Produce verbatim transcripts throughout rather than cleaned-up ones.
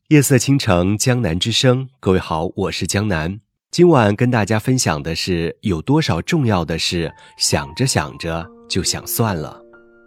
夜色倾城，江南之声。各位好，我是江南。今晚跟大家分享的是，有多少重要的事，想着想着就想算了。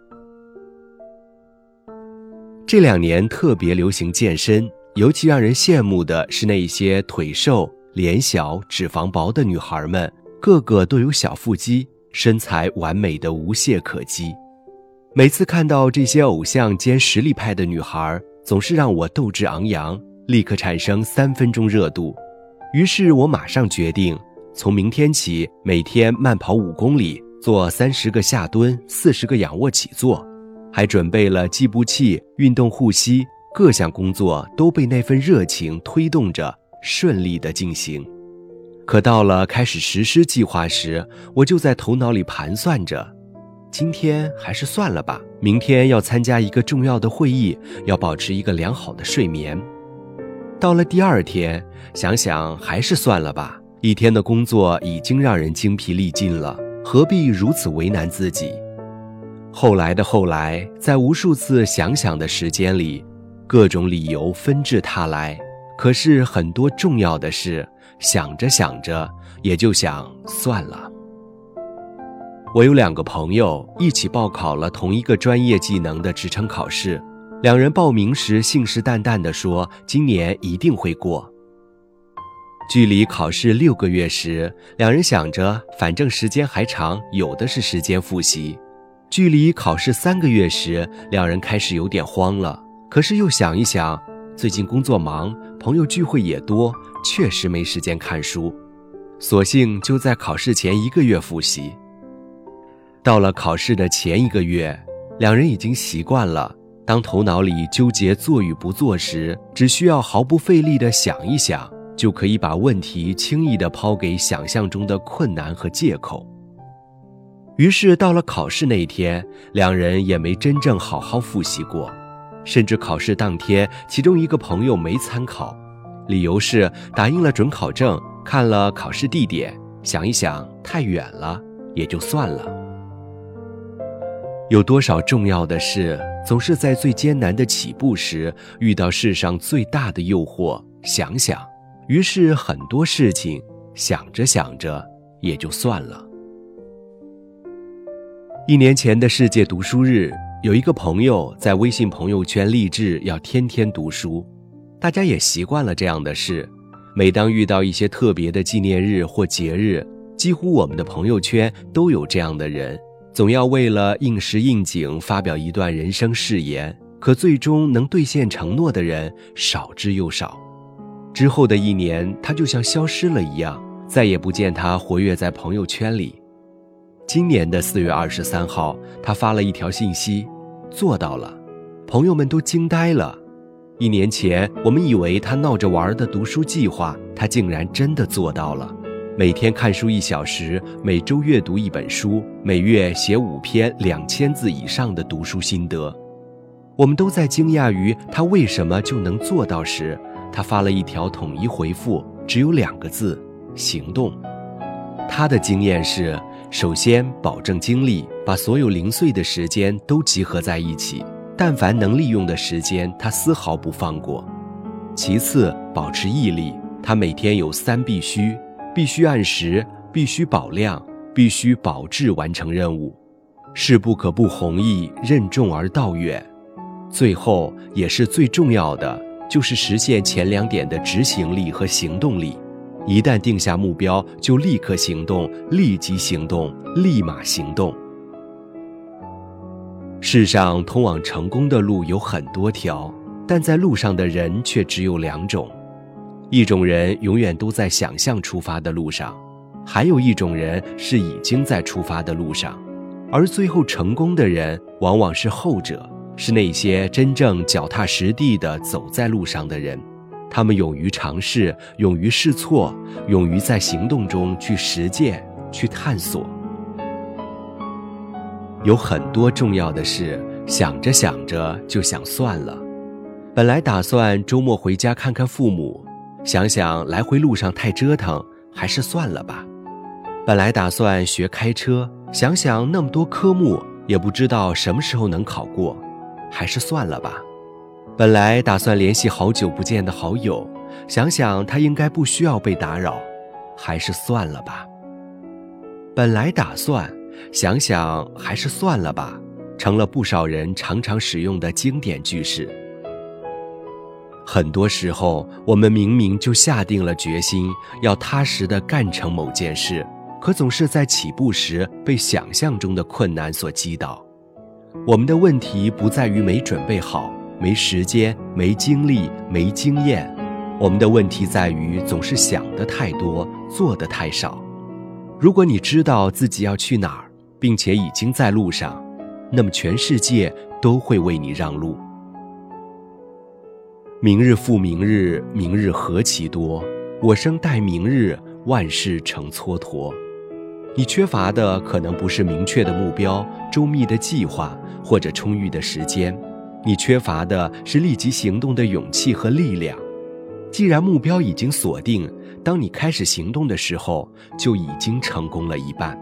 这两年特别流行健身，尤其让人羡慕的是那些腿瘦、脸小、脂肪薄的女孩们，个个都有小腹肌，身材完美的无懈可击。每次看到这些偶像兼实力派的女孩，总是让我斗志昂扬，立刻产生三分钟热度。于是我马上决定，从明天起每天慢跑五公里，做三十个下蹲，四十个仰卧起坐，还准备了计步器、运动护膝，各项工作都被那份热情推动着，顺利地进行。可到了开始实施计划时，我就在头脑里盘算着，今天还是算了吧，明天要参加一个重要的会议，要保持一个良好的睡眠。到了第二天，想想还是算了吧，一天的工作已经让人精疲力尽了，何必如此为难自己？后来的后来，在无数次想想的时间里，各种理由纷至沓来，可是很多重要的事，想着想着也就想算了。我有两个朋友一起报考了同一个专业技能的职称考试，两人报名时信誓旦旦地说今年一定会过。距离考试六个月时，两人想着反正时间还长，有的是时间复习。距离考试三个月时，两人开始有点慌了，可是又想一想，最近工作忙，朋友聚会也多，确实没时间看书，索性就在考试前一个月复习。到了考试的前一个月，两人已经习惯了，当头脑里纠结做与不做时，只需要毫不费力地想一想，就可以把问题轻易地抛给想象中的困难和借口。于是到了考试那天，两人也没真正好好复习过，甚至考试当天，其中一个朋友没参考，理由是打印了准考证，看了考试地点，想一想太远了，也就算了。有多少重要的事，总是在最艰难的起步时，遇到世上最大的诱惑，想想，于是很多事情想着想着也就算了。一年前的世界读书日，有一个朋友在微信朋友圈立志要天天读书，大家也习惯了这样的事。每当遇到一些特别的纪念日或节日，几乎我们的朋友圈都有这样的人，总要为了应时应景发表一段人生誓言，可最终能兑现承诺的人少之又少。之后的一年，他就像消失了一样，再也不见他活跃在朋友圈里。今年的四月二十三号，他发了一条信息，做到了，朋友们都惊呆了。一年前，我们以为他闹着玩的读书计划，他竟然真的做到了。每天看书一小时，每周阅读一本书，每月写五篇两千字以上的读书心得。我们都在惊讶于他为什么就能做到时，他发了一条统一回复，只有两个字：行动。他的经验是，首先保证精力，把所有零碎的时间都集合在一起，但凡能利用的时间，他丝毫不放过。其次，保持毅力，他每天有三必须，必须按时，必须保量，必须保质完成任务。事不可不弘毅，任重而道远。最后也是最重要的，就是实现前两点的执行力和行动力。一旦定下目标，就立刻行动，立即行动，立马行动。世上通往成功的路有很多条，但在路上的人却只有两种。一种人永远都在想象出发的路上，还有一种人是已经在出发的路上。而最后成功的人往往是后者，是那些真正脚踏实地地走在路上的人。他们勇于尝试，勇于试错，勇于在行动中去实践，去探索。有很多重要的事，想着想着就想算了。本来打算周末回家看看父母，想想来回路上太折腾，还是算了吧。本来打算学开车，想想那么多科目，也不知道什么时候能考过，还是算了吧。 本来打算联系好久不见的好友，想想他应该不需要被打扰，还是算了吧。本来打算，想想还是算了吧，成了不少人常常使用的经典句式。很多时候，我们明明就下定了决心，要踏实地干成某件事，可总是在起步时被想象中的困难所击倒。我们的问题不在于没准备好、没时间、没精力、没经验，我们的问题在于总是想得太多，做得太少。如果你知道自己要去哪儿，并且已经在路上，那么全世界都会为你让路。明日复明日，明日何其多，我生待明日，万事成蹉跎。你缺乏的可能不是明确的目标、周密的计划或者充裕的时间，你缺乏的是立即行动的勇气和力量。既然目标已经锁定，当你开始行动的时候，就已经成功了一半。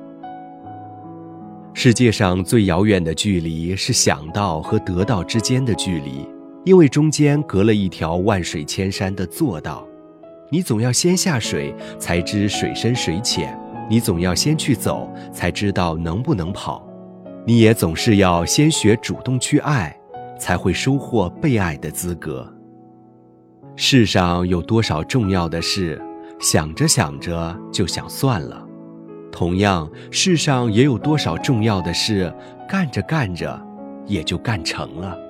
世界上最遥远的距离是想到和得到之间的距离，因为中间隔了一条万水千山的做到。你总要先下水，才知水深水浅；你总要先去走，才知道能不能跑；你也总是要先学主动去爱，才会收获被爱的资格。世上有多少重要的事，想着想着就想算了。同样，世上也有多少重要的事，干着干着也就干成了。